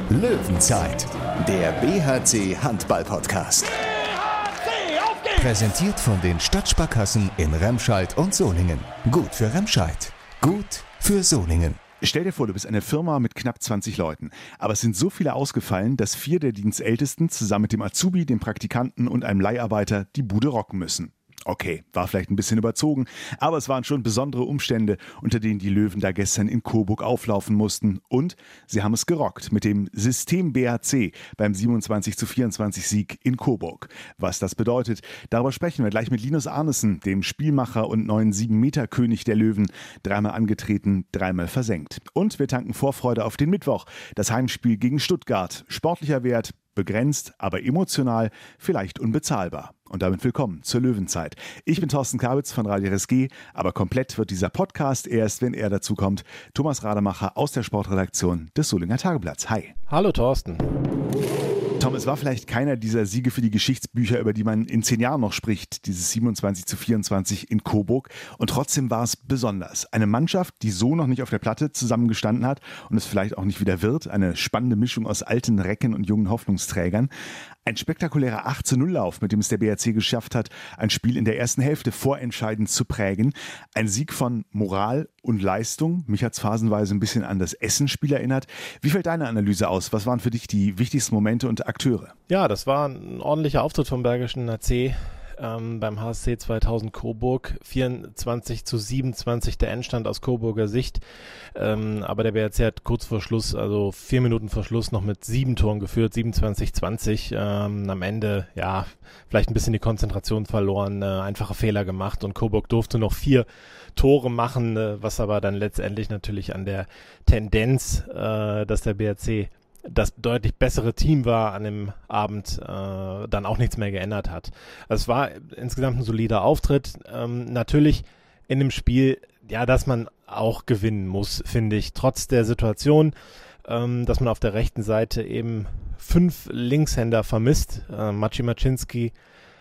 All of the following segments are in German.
Löwenzeit, der BHC Handball-Podcast. BHC, auf geht's! Präsentiert von den Stadtsparkassen in Remscheid und Solingen. Gut für Remscheid, gut für Solingen. Stell dir vor, du bist eine Firma mit knapp 20 Leuten. Aber es sind so viele ausgefallen, dass 4 der Dienstältesten zusammen mit dem Azubi, dem Praktikanten und einem Leiharbeiter die Bude rocken müssen. Okay, war vielleicht ein bisschen überzogen, aber es waren schon besondere Umstände, unter denen die Löwen da gestern in Coburg auflaufen mussten. Und sie haben es gerockt mit dem System BHC beim 27:24 Sieg in Coburg. Was das bedeutet, darüber sprechen wir gleich mit Linus Arnesen, dem Spielmacher und neuen 7-Meter-König der Löwen. 3-mal angetreten, 3-mal versenkt. Und wir tanken Vorfreude auf den Mittwoch, das Heimspiel gegen Stuttgart. Sportlicher Wert begrenzt, aber emotional vielleicht unbezahlbar. Und damit willkommen zur Löwenzeit. Ich bin Thorsten Kabitz von Radio RSG, aber komplett wird dieser Podcast erst, wenn er dazu kommt. Thomas Rademacher aus der Sportredaktion des Solinger Tageblatts. Hi. Hallo Thorsten. Tom, es war vielleicht keiner dieser Siege für die Geschichtsbücher, über die man in 10 Jahren noch spricht, dieses 27:24 in Coburg. Und trotzdem war es besonders. Eine Mannschaft, die so noch nicht auf der Platte zusammengestanden hat und es vielleicht auch nicht wieder wird. Eine spannende Mischung aus alten Recken und jungen Hoffnungsträgern. Ein spektakulärer 8:0-Lauf, mit dem es der BHC geschafft hat, ein Spiel in der ersten Hälfte vorentscheidend zu prägen. Ein Sieg von Moral und Leistung. Mich hat es phasenweise ein bisschen an das Essenspiel erinnert. Wie fällt deine Analyse aus? Was waren für dich die wichtigsten Momente und Akteure? Ja, das war ein ordentlicher Auftritt vom Bergischen HC beim HSC 2000 Coburg. 24:27 der Endstand aus Coburger Sicht. Aber der BHC hat kurz vor Schluss, also 4 Minuten vor Schluss, noch mit 7 Toren geführt, 27:20. Am Ende, ja, vielleicht ein bisschen die Konzentration verloren, einfache Fehler gemacht und Coburg durfte noch 4 Tore machen, was aber dann letztendlich natürlich an der Tendenz, dass der BHC das deutlich bessere Team war an dem Abend, dann auch nichts mehr geändert hat. Also es war insgesamt ein solider Auftritt. Natürlich in dem Spiel, ja, dass man auch gewinnen muss, finde ich, trotz der Situation, dass man auf der rechten Seite eben 5 Linkshänder vermisst. Maciej Maczynski,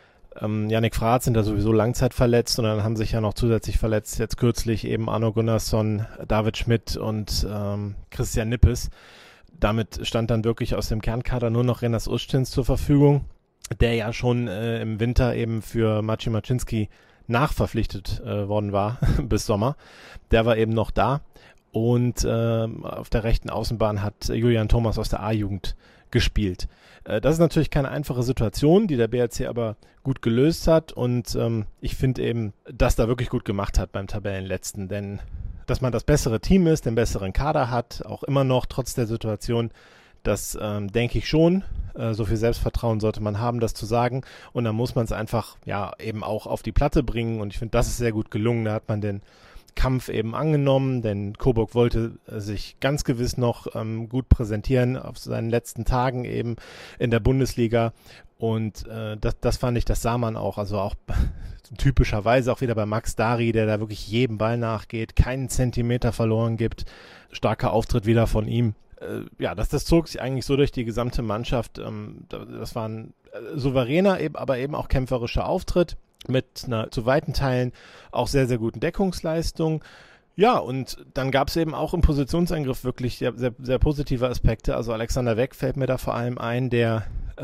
Yannick Frath sind da sowieso langzeitverletzt und dann haben sich ja noch zusätzlich verletzt, jetzt kürzlich eben Arno Gunnarsson, David Schmidt und Christian Nippes. Damit stand dann wirklich aus dem Kernkader nur noch Renas Ustjins zur Verfügung, der ja schon im Winter eben für Maciej Maczynski nachverpflichtet worden war bis Sommer. Der war eben noch da und auf der rechten Außenbahn hat Julian Thomas aus der A-Jugend gespielt. Das ist natürlich keine einfache Situation, die der BHC aber gut gelöst hat und ich finde eben, dass da wirklich gut gemacht hat beim Tabellenletzten, denn dass man das bessere Team ist, den besseren Kader hat, auch immer noch trotz der Situation, das denke ich schon. So viel Selbstvertrauen sollte man haben, das zu sagen. Und dann muss man es einfach ja eben auch auf die Platte bringen. Und ich finde, das ist sehr gut gelungen. Da hat man den Kampf eben angenommen, denn Coburg wollte sich ganz gewiss noch gut präsentieren auf seinen letzten Tagen eben in der Bundesliga. Und das fand ich, das sah man auch, also auch typischerweise auch wieder bei Max Dari, der da wirklich jedem Ball nachgeht, keinen Zentimeter verloren gibt. Starker Auftritt wieder von ihm. Ja, das zog sich eigentlich so durch die gesamte Mannschaft. Das war ein souveräner, aber eben auch kämpferischer Auftritt mit einer zu weiten Teilen auch sehr, sehr guten Deckungsleistung. Ja, und dann gab es eben auch im Positionsangriff wirklich sehr, sehr positive Aspekte. Also Alexander Weck fällt mir da vor allem ein, der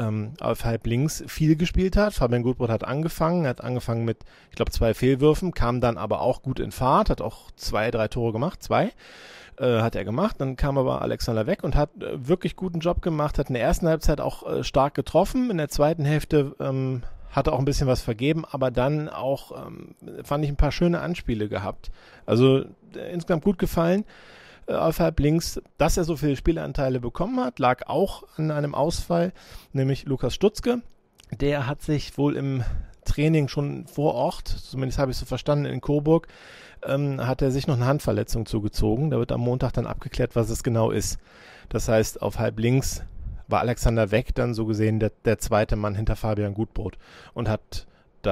auf halb links viel gespielt hat. Fabian Gutbrot hat angefangen mit, ich glaube, 2 Fehlwürfen, kam dann aber auch gut in Fahrt, hat auch 2, 3 Tore gemacht, 2 hat er gemacht. Dann kam aber Alexander Weck und hat wirklich guten Job gemacht, hat in der ersten Halbzeit auch stark getroffen, in der zweiten Hälfte hat er auch ein bisschen was vergeben, aber dann auch, fand ich, ein paar schöne Anspiele gehabt. Also insgesamt gut gefallen. Auf halb links, dass er so viele Spielanteile bekommen hat, lag auch an einem Ausfall, nämlich Lukas Stutzke. Der hat sich wohl im Training schon vor Ort, zumindest habe ich es so verstanden, in Coburg, hat er sich noch eine Handverletzung zugezogen. Da wird am Montag dann abgeklärt, was es genau ist. Das heißt, auf halb links war Alexander Weck dann so gesehen der zweite Mann hinter Fabian Gutbrot und hat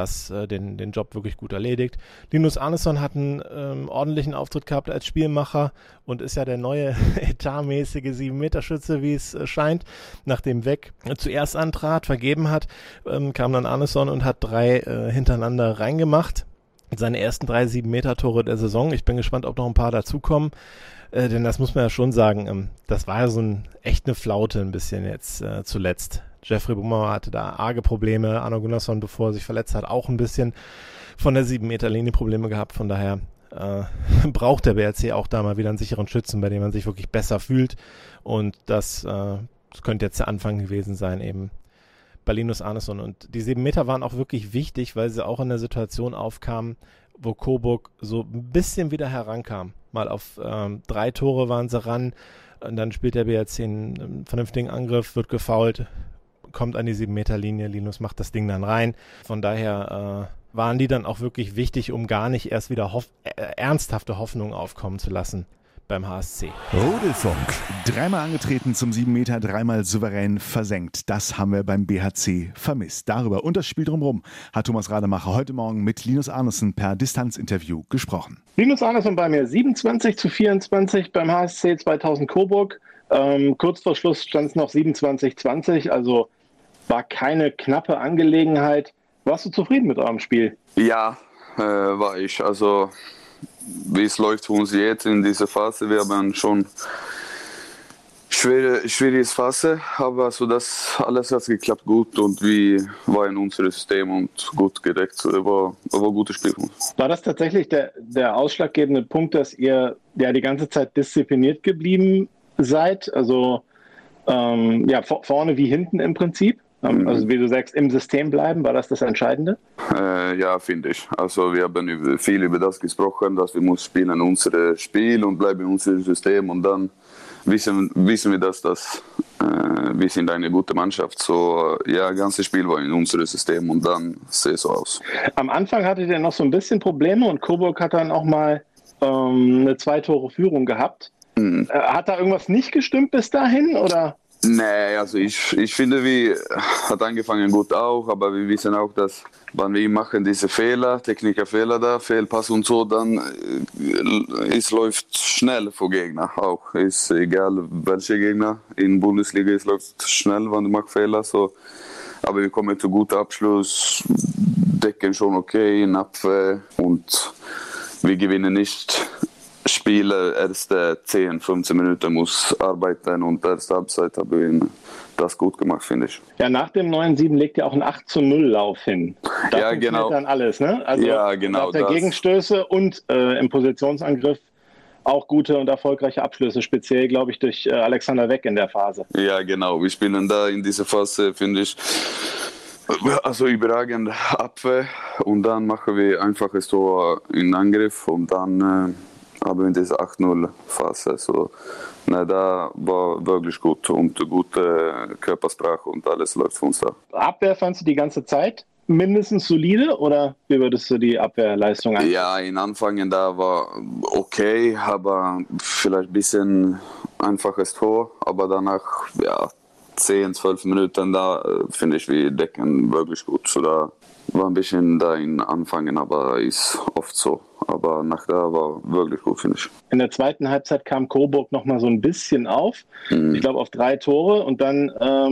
den Job wirklich gut erledigt. Linus Arnesen hat einen ordentlichen Auftritt gehabt als Spielmacher und ist ja der neue etatmäßige 7-Meter-Schütze, wie es scheint. Nachdem Weck zuerst antrat, vergeben hat, kam dann Arnesen und hat 3 hintereinander reingemacht. Seine ersten 3 7-Meter-Tore der Saison. Ich bin gespannt, ob noch ein paar dazukommen. denn das muss man ja schon sagen, das war ja echt eine Flaute ein bisschen jetzt zuletzt. Jeffrey Bumauer hatte da arge Probleme, Arno Gunnarsson, bevor er sich verletzt hat, auch ein bisschen von der 7-Meter-Linie Probleme gehabt, von daher braucht der BRC auch da mal wieder einen sicheren Schützen, bei dem man sich wirklich besser fühlt, und das könnte jetzt der Anfang gewesen sein, eben bei Linus Arneson. Und die 7 Meter waren auch wirklich wichtig, weil sie auch in der Situation aufkamen, wo Coburg so ein bisschen wieder herankam. Mal auf 3 Tore waren sie ran, und dann spielt der BRC einen vernünftigen Angriff, wird gefoult, kommt an die 7-Meter-Linie, Linus macht das Ding dann rein. Von daher waren die dann auch wirklich wichtig, um gar nicht erst wieder ernsthafte Hoffnungen aufkommen zu lassen beim HSC. Rudelfunk. 3-mal angetreten zum 7 Meter, 3-mal souverän versenkt. Das haben wir beim BHC vermisst. Darüber und das Spiel drumherum hat Thomas Rademacher heute Morgen mit Linus Arneson per Distanzinterview gesprochen. Linus Arneson bei mir, 27:24 beim HSC 2000 Coburg. Kurz vor Schluss stand es noch 27:20, also war keine knappe Angelegenheit. Warst du zufrieden mit eurem Spiel? Ja, war ich. Also wie es läuft für uns jetzt in dieser Phase, wir haben schon schwierige Phase, aber so das alles hat geklappt gut und wir waren in unserem System und gut gedeckt. War ein gutes Spiel für uns. War das tatsächlich der ausschlaggebende Punkt, dass ihr ja die ganze Zeit diszipliniert geblieben seid? Also vorne wie hinten im Prinzip? Also wie du sagst, im System bleiben, war das Entscheidende? Ja, finde ich. Also wir haben viel über das gesprochen, dass wir muss spielen unser Spiel und bleiben in unserem System und dann wissen wir, dass wir sind eine gute Mannschaft. So, ja, das ganze Spiel war in unserem System und dann sieht es so aus. Am Anfang hattet ihr noch so ein bisschen Probleme und Coburg hat dann auch mal eine 2-Tore-Führung gehabt. Hat da irgendwas nicht gestimmt bis dahin, oder? Nee, also ich finde, wir hat angefangen gut auch, aber wir wissen auch, dass wenn wir machen diese Fehler, Technikerfehler da, Fehlpass und so, dann es läuft schnell für Gegner auch. Ist egal welche Gegner in der Bundesliga, es läuft schnell, wenn du machst Fehler. So. Aber wir kommen zu gutem Abschluss, decken schon okay in Abwehr und wir gewinnen nicht. Spieler erste 10-15 Minuten muss arbeiten und erste Halbzeit habe ich das gut gemacht, finde ich. Ja, nach dem 9-7 legt ihr auch einen 8-0-Lauf hin. Das ja, genau. Dann alles, ne? Also ja, genau. Nach der Gegenstöße und im Positionsangriff auch gute und erfolgreiche Abschlüsse, speziell, glaube ich, durch Alexander Weck in der Phase. Ja, genau. Wir spielen da in dieser Phase, finde ich, also überragend Abwehr und dann machen wir einfaches Tor in Angriff und dann aber in dieser 8-0-Phase, so, da war wirklich gut und gute Körpersprache und alles läuft für uns da. Abwehr fandst du die ganze Zeit mindestens solide oder wie würdest du die Abwehrleistung an? Ja, in Anfang da war okay, aber vielleicht ein bisschen einfaches Tor, aber danach 10-12 Minuten da finde ich, wir decken wirklich gut. So, da war ein bisschen da in Anfangen, aber ist oft so. Aber nach da war wirklich gut, finde ich. In der zweiten Halbzeit kam Coburg noch mal so ein bisschen auf. Ich glaube auf 3 Tore und dann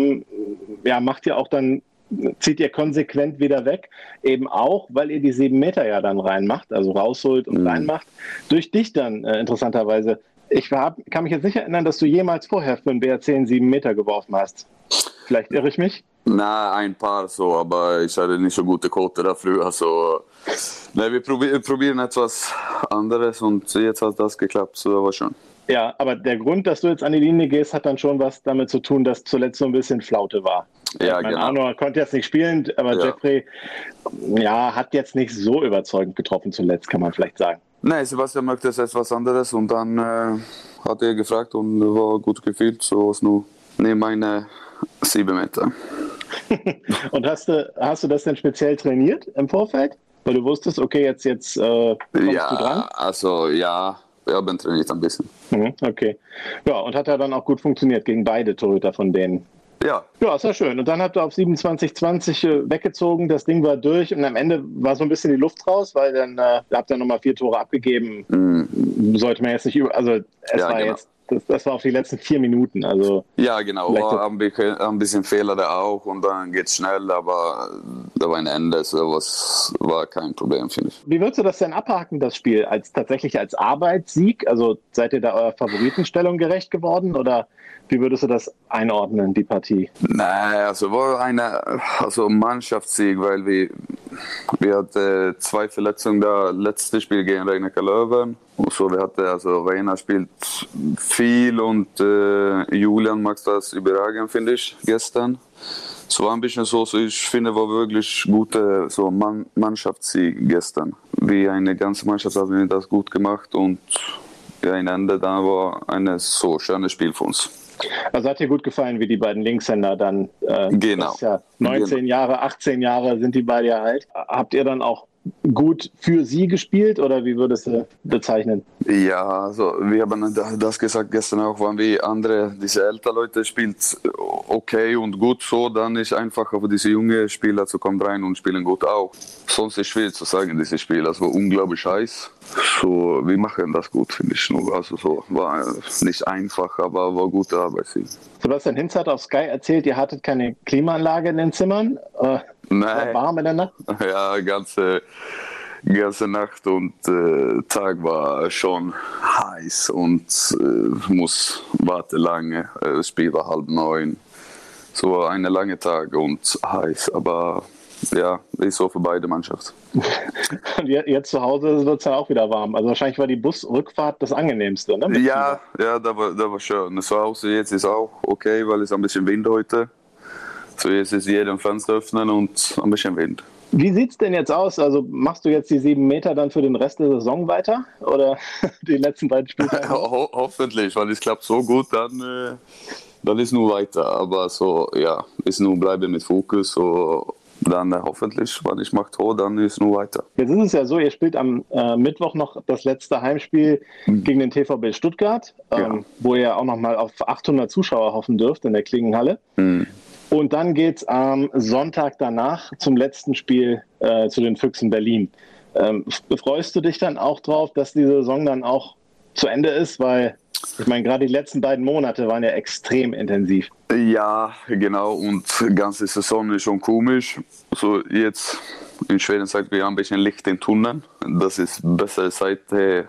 zieht ihr konsequent wieder weg. Eben auch, weil ihr die 7 Meter ja dann reinmacht, also rausholt und reinmacht. Durch dich dann interessanterweise. Ich kann mich jetzt nicht erinnern, dass du jemals vorher für den BRC einen 7 Meter geworfen hast. Vielleicht irre ich mich? Na, ein paar so, aber ich hatte nicht so gute Quote dafür. Also, wir probieren etwas anderes und jetzt hat das geklappt, so war schon. Ja, aber der Grund, dass du jetzt an die Linie gehst, hat dann schon was damit zu tun, dass zuletzt so ein bisschen Flaute war. Ja, genau. Arno konnte jetzt nicht spielen, aber Jeffrey hat jetzt nicht so überzeugend getroffen zuletzt, kann man vielleicht sagen. Nein, Sebastian möchte jetzt etwas anderes und dann hat er gefragt und war gut gefühlt, so was nur neben meine 7 Meter. Und hast du das denn speziell trainiert im Vorfeld? Weil du wusstest, okay, jetzt kommst du dran? Also wir haben trainiert ein bisschen. Okay. Ja, und hat ja dann auch gut funktioniert gegen beide Torhüter von denen. Ja. Ja, ist ja schön. Und dann habt ihr auf 27:20 weggezogen, das Ding war durch und am Ende war so ein bisschen die Luft raus, weil dann habt ihr nochmal 4 Tore abgegeben. Sollte man jetzt nicht es war genau. Jetzt das war auf die letzten 4 Minuten. Also ja, genau, war ein bisschen Fehler da auch und dann geht's schnell, aber da war ein Ende, so was war kein Problem, finde ich. Wie würdest du das denn abhaken, das Spiel? Tatsächlich als Arbeitssieg? Also seid ihr da eurer Favoritenstellung gerecht geworden oder wie würdest du das einordnen, die Partie? Nein, also war ein Mannschaftssieg, weil wir hatten 2 Verletzungen da letztes Spiel gegen Regnica Löwen. Und so, wir hatten, also Reina spielt viel und Julian macht das überragend, finde ich, gestern. Es war ein bisschen so ich finde, war wirklich gute Mannschaftssieg gestern. Wie eine ganze Mannschaft haben wir das gut gemacht und ja, am Ende dann war ein so schönes Spiel für uns. Also hat dir gut gefallen, wie die beiden Linkshänder dann, genau. Das ist ja 19 Jahre, 18 Jahre sind die beide ja alt. Habt ihr dann auch gut für sie gespielt oder wie würdest du bezeichnen? Ja, also wir haben das gesagt gestern auch, wenn wir diese ältere Leute spielt okay und gut so, dann ist einfacher für diese jungen Spieler zu kommen rein und spielen gut auch. Sonst ist es schwierig zu sagen, dieses Spiel, das war unglaublich heiß. So, wir machen das gut, finde ich. Also so war nicht einfach, aber war gute Arbeit. Sebastian Hinz hat auf Sky erzählt, ihr hattet keine Klimaanlage in den Zimmern. Nein. War warm in der Nacht? Ja, ganze Nacht und Tag war schon heiß und muss warten lange. Das Spiel war 8:30. So ein langer Tag und heiß, aber ja, ist so für beide Mannschaften. Und jetzt zu Hause wird es dann auch wieder warm. Also wahrscheinlich war die Busrückfahrt das angenehmste, ne? Ja, da war schön. Das Haus jetzt ist auch okay, weil es ein bisschen Wind heute. So jetzt ist jedem Fenster öffnen und ein bisschen Wind. Wie sieht es denn jetzt aus? Also machst du jetzt die 7 Meter dann für den Rest der Saison weiter? Oder die letzten beiden Spiele? Hoffentlich, weil es klappt so gut, dann ist nur weiter. Aber so, ja, ist nur bleiben mit Fokus. So, dann hoffentlich, wenn ich mache Tor, dann ist nur weiter. Jetzt ist es ja so, ihr spielt am Mittwoch noch das letzte Heimspiel gegen den TVB Stuttgart, wo ihr auch nochmal auf 800 Zuschauer hoffen dürft in der Klingenhalle. Und dann geht es am Sonntag danach zum letzten Spiel zu den Füchsen Berlin. Freust du dich dann auch drauf, dass die Saison dann auch zu Ende ist? Weil, ich meine, gerade die letzten beiden Monate waren ja extrem intensiv. Ja, genau. Und die ganze Saison ist schon komisch. So jetzt in Schweden sagt wir ein bisschen Licht in Tunneln. Das ist bessere Seite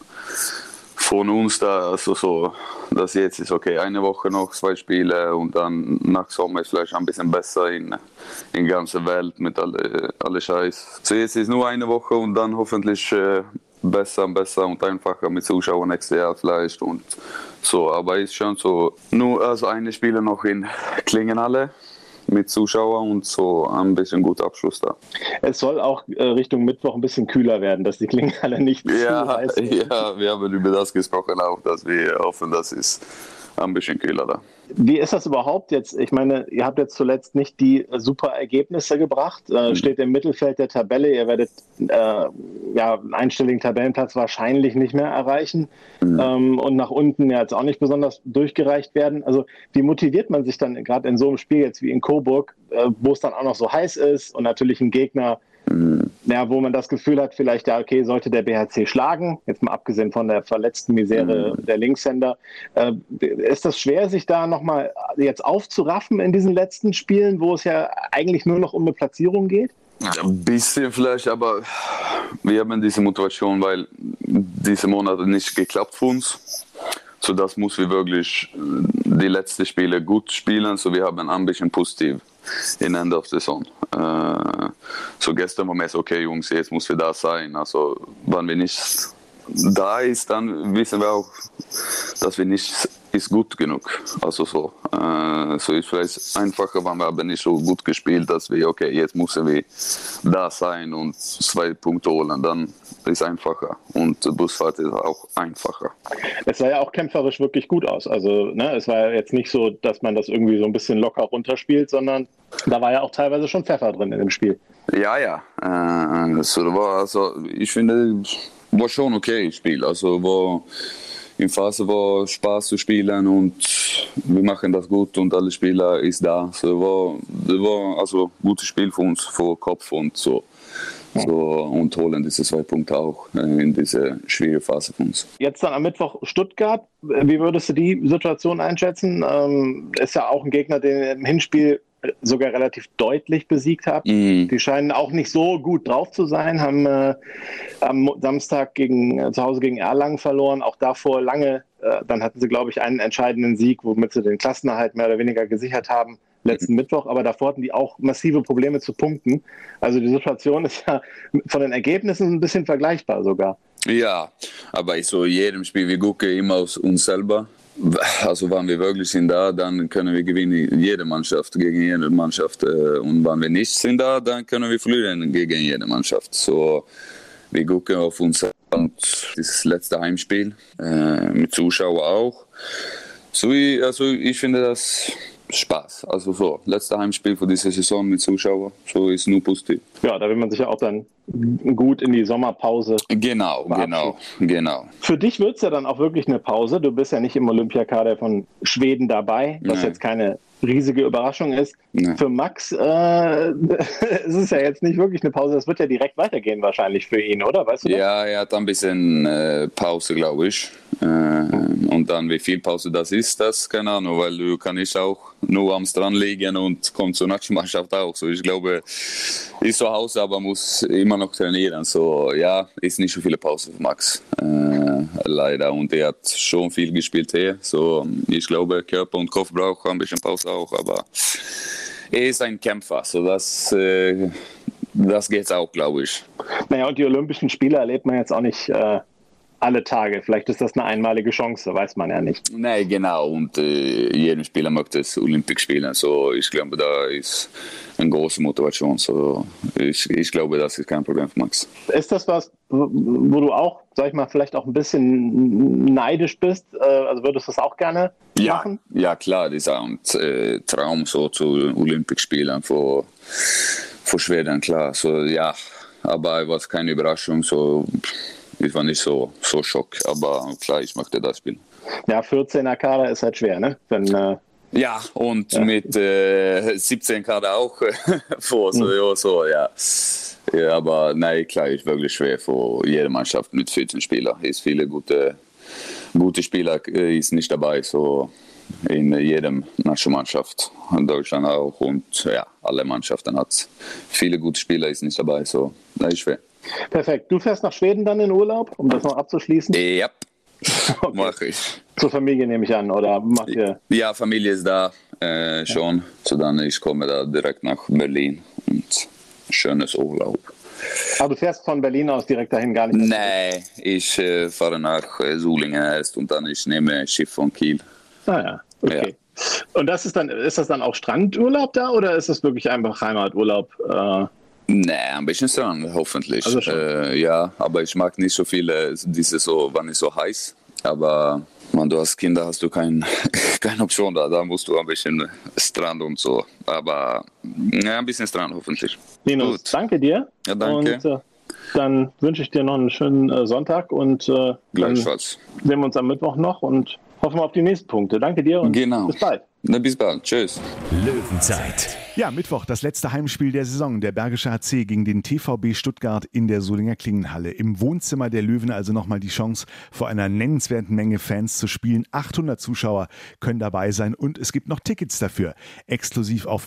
von uns da, also so, dass jetzt ist okay, eine Woche noch 2 Spiele und dann nach Sommer ist vielleicht ein bisschen besser in der ganzen Welt mit alle Scheiß. So jetzt ist nur eine Woche und dann hoffentlich besser und einfacher mit Zuschauern nächstes Jahr vielleicht und so, aber ist schon so, nur also eine Spiele noch in Klingenhalle mit Zuschauern und so ein bisschen guter Abschluss da. Es soll auch Richtung Mittwoch ein bisschen kühler werden, dass die Klingenhalle nicht zu heiß ist. Ja, wir haben über das gesprochen auch, dass wir hoffen, dass es ein bisschen kühler da. Wie ist das überhaupt jetzt? Ich meine, ihr habt jetzt zuletzt nicht die super Ergebnisse gebracht, steht im Mittelfeld der Tabelle, ihr werdet einen einstelligen Tabellenplatz wahrscheinlich nicht mehr erreichen und nach unten ja jetzt auch nicht besonders durchgereicht werden. Also wie motiviert man sich dann gerade in so einem Spiel jetzt wie in Coburg, wo es dann auch noch so heiß ist und natürlich ein Gegner, wo man das Gefühl hat, vielleicht, ja, okay, sollte der BHC schlagen, jetzt mal abgesehen von der verletzten Misere der Linkshänder. Ist das schwer, sich da nochmal jetzt aufzuraffen in diesen letzten Spielen, wo es ja eigentlich nur noch um eine Platzierung geht? Ein bisschen vielleicht, aber wir haben diese Motivation, weil diese Monate nicht geklappt für uns. So, das muss wir wirklich die letzten Spiele gut spielen. So, wir haben ein bisschen positiv in Ende der Saison. So gestern war mir so, okay Jungs, jetzt muss wir da sein. Also wenn wir nicht da ist, dann wissen wir auch, dass wir nicht ist gut genug. Also so ist vielleicht einfacher, wenn wir aber nicht so gut gespielt, dass wir, okay, jetzt müssen wir da sein und 2 Punkte holen, dann ist es einfacher und die Busfahrt ist auch einfacher. Es sah ja auch kämpferisch wirklich gut aus. Also es war ja jetzt nicht so, dass man das irgendwie so ein bisschen locker runterspielt, sondern da war ja auch teilweise schon Pfeffer drin in dem Spiel. Ja. Ich finde, war schon okay Spiel. Also war in Phase war Spaß zu spielen und wir machen das gut und alle Spieler ist da. So war also gutes Spiel für uns, für Kopf und so. So, und holen diese 2 Punkte auch in diese schwierige Phase für uns. Jetzt dann am Mittwoch Stuttgart. Wie würdest du die Situation einschätzen? Ist ja auch ein Gegner, den ihr im Hinspiel sogar relativ deutlich besiegt habt. Die scheinen auch nicht so gut drauf zu sein, haben am Samstag zu Hause gegen Erlangen verloren, auch davor lange. Dann hatten sie, glaube ich, einen entscheidenden Sieg, womit sie den Klassenerhalt mehr oder weniger gesichert haben, letzten Mittwoch. Aber davor hatten die auch massive Probleme zu punkten. Also die Situation ist ja von den Ergebnissen ein bisschen vergleichbar sogar. Ja, aber ich so jedem Spiel, wir gucken immer aus uns selber. Also wenn wir wirklich sind da, dann können wir gewinnen jede Mannschaft gegen jede Mannschaft. Und wenn wir nicht sind da, dann können wir verlieren gegen jede Mannschaft. So, wir gucken auf uns und das letzte Heimspiel mit Zuschauern auch. So, ich finde das Spaß. Also so, letzte Heimspiel für diese Saison mit Zuschauern, so ist nur positiv. Ja, da will man sich ja auch dann gut in die Sommerpause. Genau. Für dich wird es ja dann auch wirklich eine Pause. Du bist ja nicht im Olympiakader von Schweden dabei, was jetzt keine riesige Überraschung ist. Nein. Für Max ist es ja jetzt nicht wirklich eine Pause. Das wird ja direkt weitergehen wahrscheinlich für ihn, oder? Weißt du das? Ja, er hat ein bisschen Pause, glaube ich. Und dann, wie viel Pause das ist, das keine Ahnung, weil du kannst auch nur am Strand liegen und kommt zur Nationalmannschaft auch. So, ich glaube, ist zu Hause, aber muss immer noch trainieren. So, ja, ist nicht so viele Pause für Max, leider. Und er hat schon viel gespielt hier. So, ich glaube, Körper und Kopf brauchen ein bisschen Pause auch, aber er ist ein Kämpfer. So, das geht auch, glaube ich. Naja, und die Olympischen Spiele erlebt man jetzt auch nicht alle Tage. Vielleicht ist das eine einmalige Chance, weiß man ja nicht. Nein, genau. Und jeder Spieler möchte das Olympic spielen. So, ich glaube, da ist eine große Motivation. So, ich glaube, das ist kein Problem für Max. Ist das was, wo du auch, sag ich mal, vielleicht auch ein bisschen neidisch bist? Also würdest du das auch gerne machen? Ja, klar. Das ist auch ein Traum, so zu Olympic spielen für Schweden, klar. So, ja, aber es war keine Überraschung. So, ich war nicht so schock, aber klar, ich möchte das spielen. Ja, 14er Kader ist halt schwer, ne? Ja, und mit 17 Kader auch vor, ja. Ja, aber nein, klar, ist wirklich schwer für jede Mannschaft mit 14 Spielern. Es viele gute Spieler ist nicht dabei, so in jedem Nationalmannschaft in Deutschland auch, und ja, alle Mannschaften hat viele gute Spieler, ist nicht dabei, so nein, ist schwer. Perfekt. Du fährst nach Schweden dann in Urlaub, um das noch abzuschließen? Ja, okay. Mache ich. Zur Familie nehme ich an, oder macht ihr? Ja, Familie ist da schon. So dann ich komme da direkt nach Berlin und schönes Urlaub. Aber du fährst von Berlin aus direkt dahin gar nicht? Nein, ich fahre nach Solingen erst und dann ich nehme Schiff von Kiel. Ah ja, okay. Ja. Und ist das dann auch Strandurlaub da oder ist das wirklich einfach Heimaturlaub? Nee, ein bisschen Strand, hoffentlich. Also ja, aber ich mag nicht so viele, wann ist so heiß. Aber wenn du hast Kinder, hast du keine Option da. Da musst du ein bisschen Strand und so. Aber ja, ein bisschen Strand, hoffentlich. Linus, gut. Danke dir. Ja, danke. Und dann wünsche ich dir noch einen schönen Sonntag und gleichfalls. Dann sehen wir uns am Mittwoch noch und hoffen wir auf die nächsten Punkte. Danke dir und bis bald. Bis bald. Tschüss. Löwenzeit. Ja, Mittwoch, das letzte Heimspiel der Saison. Der Bergische HC gegen den TVB Stuttgart in der Solinger Klingenhalle. Im Wohnzimmer der Löwen also nochmal die Chance, vor einer nennenswerten Menge Fans zu spielen. 800 Zuschauer können dabei sein und es gibt noch Tickets dafür. Exklusiv auf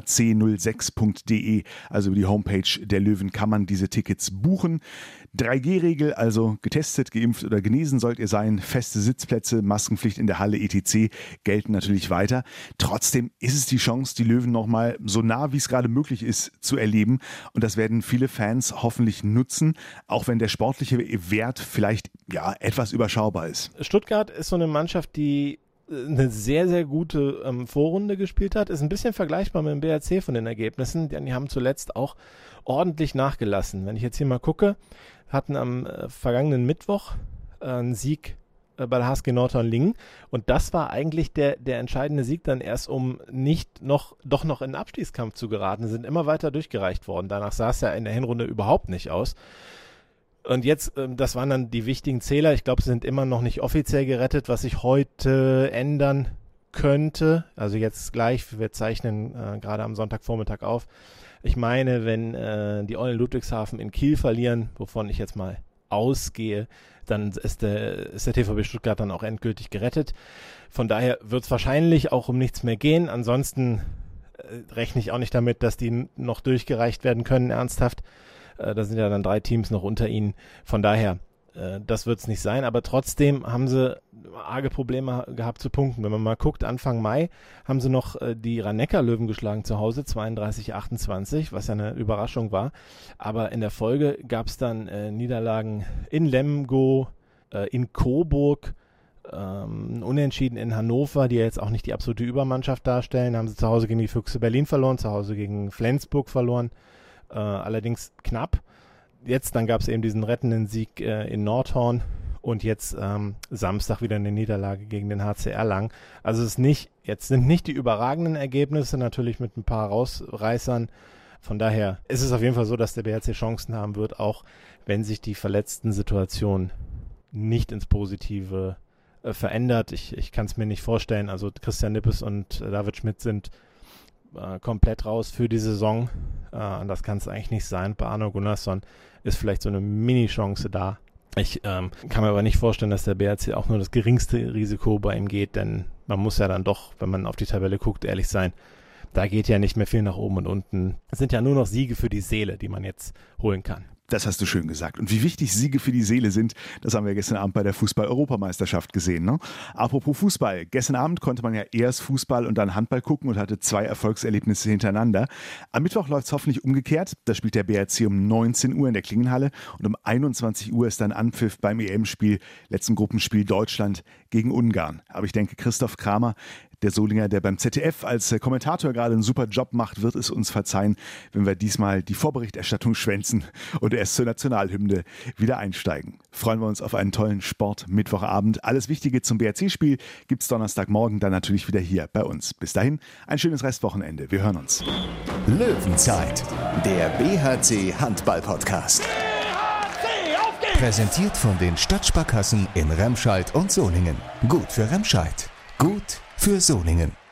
bhc06.de, also über die Homepage der Löwen, kann man diese Tickets buchen. 3G-Regel, also getestet, geimpft oder genesen sollt ihr sein. Feste Sitzplätze, Maskenpflicht in der Halle etc. gelten natürlich weiter. Trotzdem ist es die Chance, die Löwen nochmal so nah wie es gerade möglich ist zu erleben. Und das werden viele Fans hoffentlich nutzen, auch wenn der sportliche Wert vielleicht etwas überschaubar ist. Stuttgart ist so eine Mannschaft, die eine sehr, sehr gute Vorrunde gespielt hat. Ist ein bisschen vergleichbar mit dem BRC von den Ergebnissen, denn die haben zuletzt auch ordentlich nachgelassen. Wenn ich jetzt hier mal gucke, hatten am vergangenen Mittwoch einen Sieg bei der HSG Nordhorn-Lingen und das war eigentlich der entscheidende Sieg dann erst, um doch noch in den Abstiegskampf zu geraten, sind immer weiter durchgereicht worden. Danach sah es ja in der Hinrunde überhaupt nicht aus. Und jetzt, das waren dann die wichtigen Zähler, ich glaube, sie sind immer noch nicht offiziell gerettet, was sich heute ändern könnte. Also jetzt gleich, wir zeichnen gerade am Sonntagvormittag auf. Ich meine, wenn die Eulen Ludwigshafen in Kiel verlieren, wovon ich jetzt mal ausgehe, dann ist der TVB Stuttgart dann auch endgültig gerettet. Von daher wird es wahrscheinlich auch um nichts mehr gehen. Ansonsten rechne ich auch nicht damit, dass die noch durchgereicht werden können, ernsthaft. Da sind ja dann 3 Teams noch unter ihnen. Von daher, das wird es nicht sein. Aber trotzdem haben sie arge Probleme gehabt zu punkten. Wenn man mal guckt, Anfang Mai haben sie noch die Rhein-Neckar-Löwen geschlagen zu Hause, 32-28, was ja eine Überraschung war. Aber in der Folge gab es dann Niederlagen in Lemgo, in Coburg, Unentschieden in Hannover, die ja jetzt auch nicht die absolute Übermannschaft darstellen. Haben sie zu Hause gegen die Füchse Berlin verloren, zu Hause gegen Flensburg verloren, allerdings knapp. Jetzt, dann gab es eben diesen rettenden Sieg in Nordhorn und jetzt Samstag wieder eine Niederlage gegen den HC Erlangen. Also jetzt sind nicht die überragenden Ergebnisse, natürlich mit ein paar Rausreißern. Von daher ist es auf jeden Fall so, dass der BHC Chancen haben wird, auch wenn sich die verletzten Situation nicht ins Positive verändert. Ich kann es mir nicht vorstellen. Also Christian Nippes und David Schmidt sind komplett raus für die Saison. Und das kann es eigentlich nicht sein. Bei Arno Gunnarsson ist vielleicht so eine Mini-Chance da. Ich kann mir aber nicht vorstellen, dass der BHC auch nur das geringste Risiko bei ihm geht, denn man muss ja dann doch, wenn man auf die Tabelle guckt, ehrlich sein, da geht ja nicht mehr viel nach oben und unten. Es sind ja nur noch Siege für die Seele, die man jetzt holen kann. Das hast du schön gesagt. Und wie wichtig Siege für die Seele sind, das haben wir gestern Abend bei der Fußball-Europameisterschaft gesehen. Ne? Apropos Fußball. Gestern Abend konnte man ja erst Fußball und dann Handball gucken und hatte 2 Erfolgserlebnisse hintereinander. Am Mittwoch läuft es hoffentlich umgekehrt. Da spielt der BRC um 19 Uhr in der Klingenhalle und um 21 Uhr ist dann Anpfiff beim EM-Spiel, letzten Gruppenspiel Deutschland gegen Ungarn. Aber ich denke, Christoph Kramer, der Solinger, der beim ZDF als Kommentator gerade einen super Job macht, wird es uns verzeihen, wenn wir diesmal die Vorberichterstattung schwänzen und erst zur Nationalhymne wieder einsteigen. Freuen wir uns auf einen tollen Sport-Mittwochabend. Alles Wichtige zum BRC-Spiel gibt's Donnerstagmorgen dann natürlich wieder hier bei uns. Bis dahin ein schönes Restwochenende. Wir hören uns. Löwenzeit, der BHC Handball-Podcast. BHC, auf geht's! Präsentiert von den Stadtsparkassen in Remscheid und Solingen. Gut für Remscheid, gut für Solingen.